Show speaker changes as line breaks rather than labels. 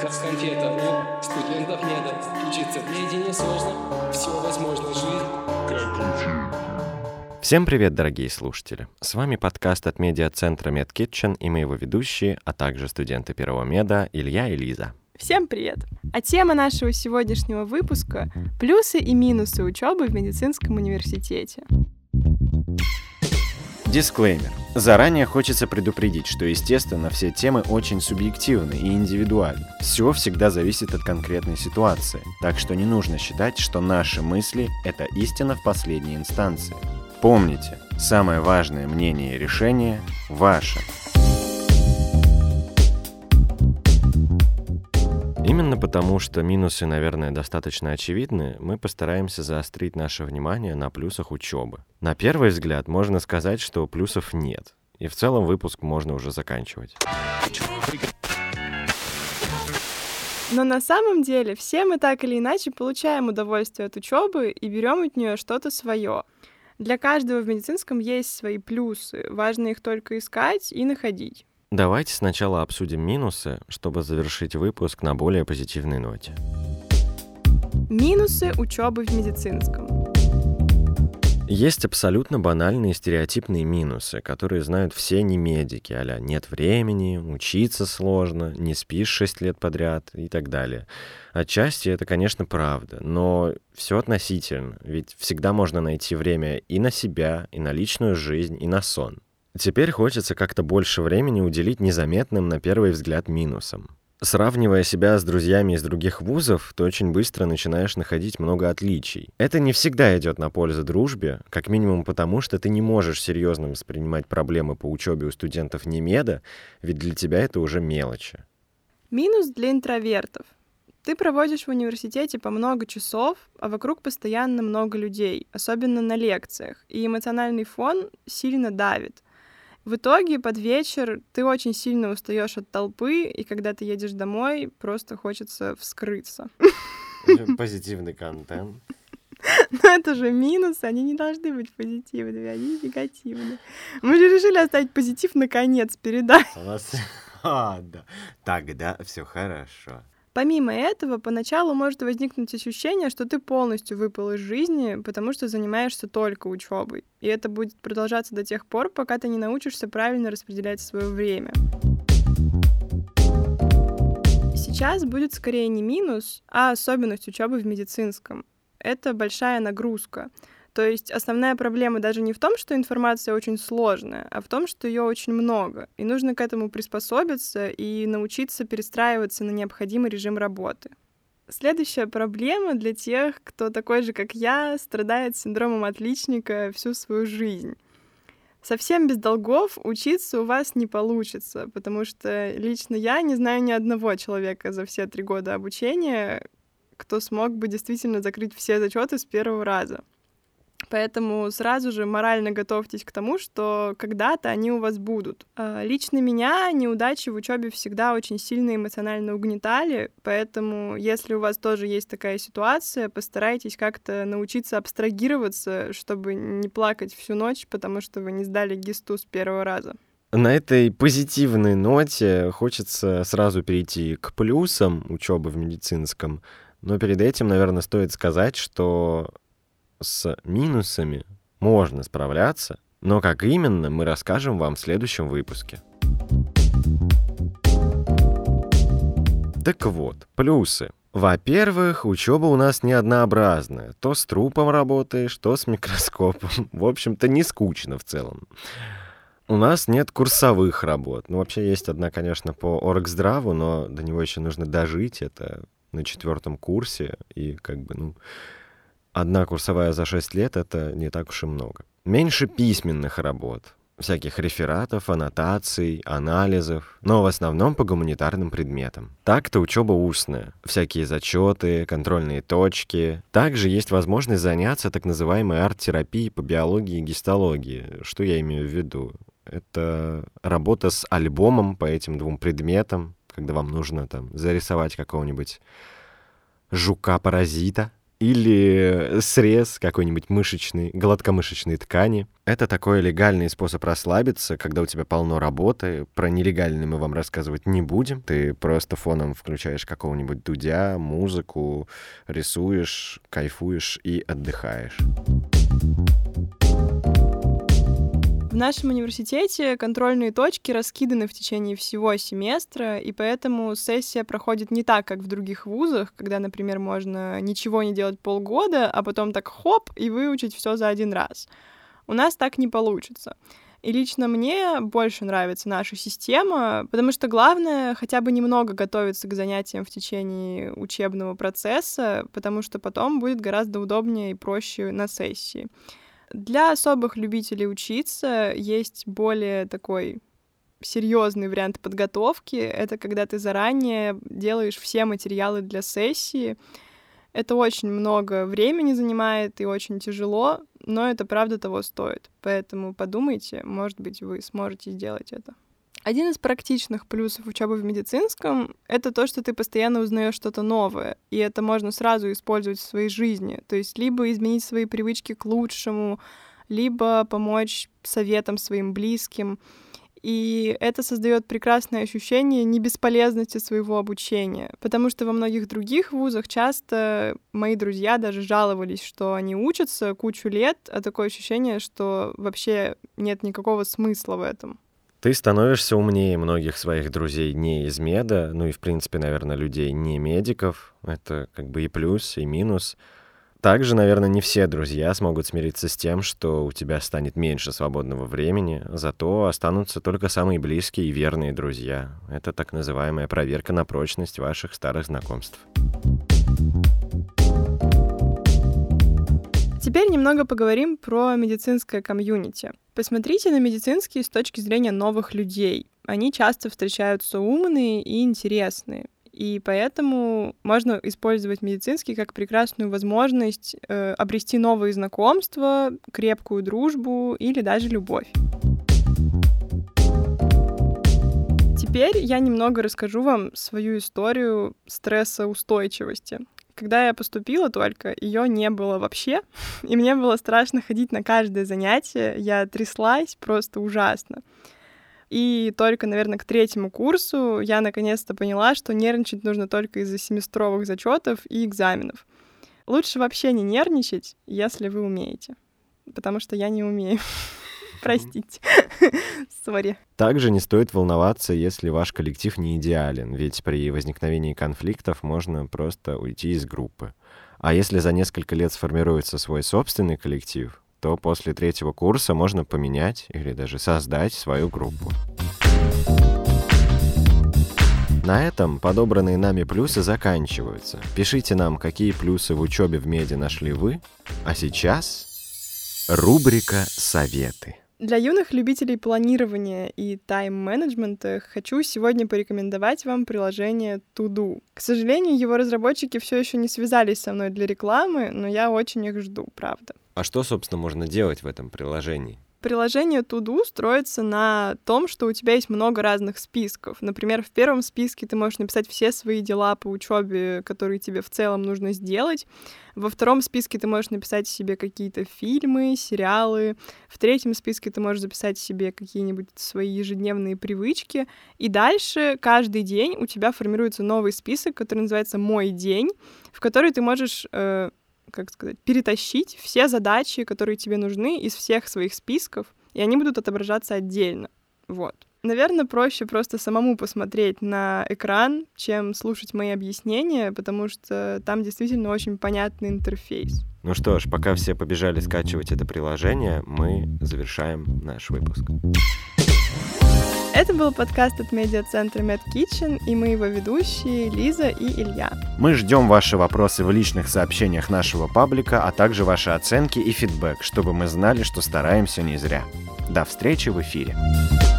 конфета. Нет, студентов нет. Учиться наедине сложно. Все возможно, жизнь как учить.
Всем привет, дорогие слушатели! С вами подкаст от медиа-центра MedKitchen и мы его ведущие, а также студенты первого меда Илья и Лиза.
Всем привет! А тема нашего сегодняшнего выпуска — плюсы и минусы учебы в медицинском университете.
Дисклеймер. Заранее хочется предупредить, что, естественно, все темы очень субъективны и индивидуальны. Все всегда зависит от конкретной ситуации, так что не нужно считать, что наши мысли — это истина в последней инстанции. Помните, самое важное мнение и решение ваше. Именно потому, что минусы, наверное, достаточно очевидны, мы постараемся заострить наше внимание на плюсах учебы. На первый взгляд можно сказать, что плюсов нет, и в целом выпуск можно уже заканчивать.
Но на самом деле все мы так или иначе получаем удовольствие от учебы и берем от нее что-то свое. Для каждого в медицинском есть свои плюсы, важно их только искать и находить.
Давайте сначала обсудим минусы, чтобы завершить выпуск на более позитивной ноте.
Минусы учебы в медицинском.
Есть абсолютно банальные стереотипные минусы, которые знают все немедики, а-ля нет времени, учиться сложно, не спишь 6 лет подряд и так далее. Отчасти это, конечно, правда, но все относительно, ведь всегда можно найти время и на себя, и на личную жизнь, и на сон. Теперь хочется как-то больше времени уделить незаметным на первый взгляд минусам. Сравнивая себя с друзьями из других вузов, ты очень быстро начинаешь находить много отличий. Это не всегда идет на пользу дружбе, как минимум потому, что ты не можешь серьезно воспринимать проблемы по учебе у студентов немеда, ведь для тебя это уже мелочи.
Минус для интровертов. Ты проводишь в университете по много часов, а вокруг постоянно много людей, особенно на лекциях, и эмоциональный фон сильно давит. В итоге под вечер ты очень сильно устаешь от толпы, и когда ты едешь домой, просто хочется вскрыться.
Позитивный контент.
Но это же минусы, они не должны быть позитивными, они негативные. Мы же решили оставить позитив на конец передачи.
Да. Тогда все хорошо.
Помимо этого, поначалу может возникнуть ощущение, что ты полностью выпал из жизни, потому что занимаешься только учебой. И это будет продолжаться до тех пор, пока ты не научишься правильно распределять свое время. Сейчас будет скорее не минус, а особенность учебы в медицинском. Это большая нагрузка. То есть основная проблема даже не в том, что информация очень сложная, а в том, что ее очень много, и нужно к этому приспособиться и научиться перестраиваться на необходимый режим работы. Следующая проблема для тех, кто такой же, как я, страдает синдромом отличника всю свою жизнь. Совсем без долгов учиться у вас не получится, потому что лично я не знаю ни одного человека за все 3 года обучения, кто смог бы действительно закрыть все зачеты с первого раза. Поэтому сразу же морально готовьтесь к тому, что когда-то они у вас будут. Лично меня неудачи в учебе всегда очень сильно эмоционально угнетали, поэтому если у вас тоже есть такая ситуация, постарайтесь как-то научиться абстрагироваться, чтобы не плакать всю ночь, потому что вы не сдали ГИСТу с первого раза.
На этой позитивной ноте хочется сразу перейти к плюсам учебы в медицинском, но перед этим, наверное, стоит сказать, что с минусами можно справляться, но как именно, мы расскажем вам в следующем выпуске. Так вот, плюсы. Во-первых, учеба у нас не однообразная. То с трупом работаешь, то с микроскопом. В общем-то, не скучно в целом. У нас нет курсовых работ. Ну, вообще есть одна, конечно, по оргздраву, но до него еще нужно дожить. Это на 4 курсе. И одна курсовая за 6 лет — это не так уж и много. Меньше письменных работ, всяких рефератов, аннотаций, анализов, но в основном по гуманитарным предметам. Так-то учеба устная, всякие зачеты, контрольные точки. Также есть возможность заняться так называемой арт-терапией по биологии и гистологии. Что я имею в виду? Это работа с альбомом по этим 2 предметам, когда вам нужно зарисовать какого-нибудь жука-паразита. или срез какой-нибудь мышечной, гладкомышечной ткани. Это такой легальный способ расслабиться, когда у тебя полно работы. Про нелегальный мы вам рассказывать не будем. Ты просто фоном включаешь какого-нибудь дудя, музыку, рисуешь, кайфуешь и отдыхаешь.
В нашем университете контрольные точки раскиданы в течение всего семестра, и поэтому сессия проходит не так, как в других вузах, когда, например, можно ничего не делать полгода, а потом так хоп, и выучить все за один раз. У нас так не получится. И лично мне больше нравится наша система, потому что главное хотя бы немного готовиться к занятиям в течение учебного процесса, потому что потом будет гораздо удобнее и проще на сессии. Для особых любителей учиться есть более такой серьезный вариант подготовки. Это когда ты заранее делаешь все материалы для сессии. Это очень много времени занимает и очень тяжело, но это правда того стоит. Поэтому подумайте, может быть, вы сможете сделать это. Один из практичных плюсов учебы в медицинском — это то, что ты постоянно узнаешь что-то новое, и это можно сразу использовать в своей жизни. То есть либо изменить свои привычки к лучшему, либо помочь советам своим близким. И это создает прекрасное ощущение небесполезности своего обучения, потому что во многих других вузах часто мои друзья даже жаловались, что они учатся кучу лет, а такое ощущение, что вообще нет никакого смысла в этом.
Ты становишься умнее многих своих друзей не из меда, ну и, в принципе, наверное, людей не медиков. Это как бы и плюс, и минус. Также, наверное, не все друзья смогут смириться с тем, что у тебя станет меньше свободного времени, зато останутся только самые близкие и верные друзья. Это так называемая проверка на прочность ваших старых знакомств.
Теперь немного поговорим про медицинское комьюнити. Посмотрите на медицинские с точки зрения новых людей. Они часто встречаются умные и интересные. И поэтому можно использовать медицинский как прекрасную возможность обрести новые знакомства, крепкую дружбу или даже любовь. Теперь я немного расскажу вам свою историю стрессоустойчивости. Когда я поступила только, ее не было вообще, и мне было страшно ходить на каждое занятие, я тряслась просто ужасно. И только, наверное, к 3-му курсу я наконец-то поняла, что нервничать нужно только из-за семестровых зачетов и экзаменов. Лучше вообще не нервничать, если вы умеете, потому что я не умею. Простите. Сори.
Также не стоит волноваться, если ваш коллектив не идеален, ведь при возникновении конфликтов можно просто уйти из группы. А если за несколько лет сформируется свой собственный коллектив, то после 3-го курса можно поменять или даже создать свою группу. На этом подобранные нами плюсы заканчиваются. Пишите нам, какие плюсы в учебе в меди нашли вы. А сейчас рубрика «Советы».
Для юных любителей планирования и тайм-менеджмента хочу сегодня порекомендовать вам приложение To-Do. К сожалению, его разработчики все еще не связались со мной для рекламы, но я очень их жду, правда.
А что, собственно, можно делать в этом приложении?
Приложение To-Do строится на том, что у тебя есть много разных списков. Например, в первом списке ты можешь написать все свои дела по учебе, которые тебе в целом нужно сделать. Во втором списке ты можешь написать себе какие-то фильмы, сериалы. В 3-м списке ты можешь записать себе какие-нибудь свои ежедневные привычки. И дальше каждый день у тебя формируется новый список, который называется «Мой день», в который ты можешь перетащить все задачи, которые тебе нужны из всех своих списков, и они будут отображаться отдельно. Вот. Наверное, проще просто самому посмотреть на экран, чем слушать мои объяснения, потому что там действительно очень понятный интерфейс.
Ну что ж, пока все побежали скачивать это приложение, мы завершаем наш выпуск.
Это был подкаст от медиацентра MedKitchen, и мы его ведущие Лиза и Илья.
Мы ждем ваши вопросы в личных сообщениях нашего паблика, а также ваши оценки и фидбэк, чтобы мы знали, что стараемся не зря. До встречи в эфире!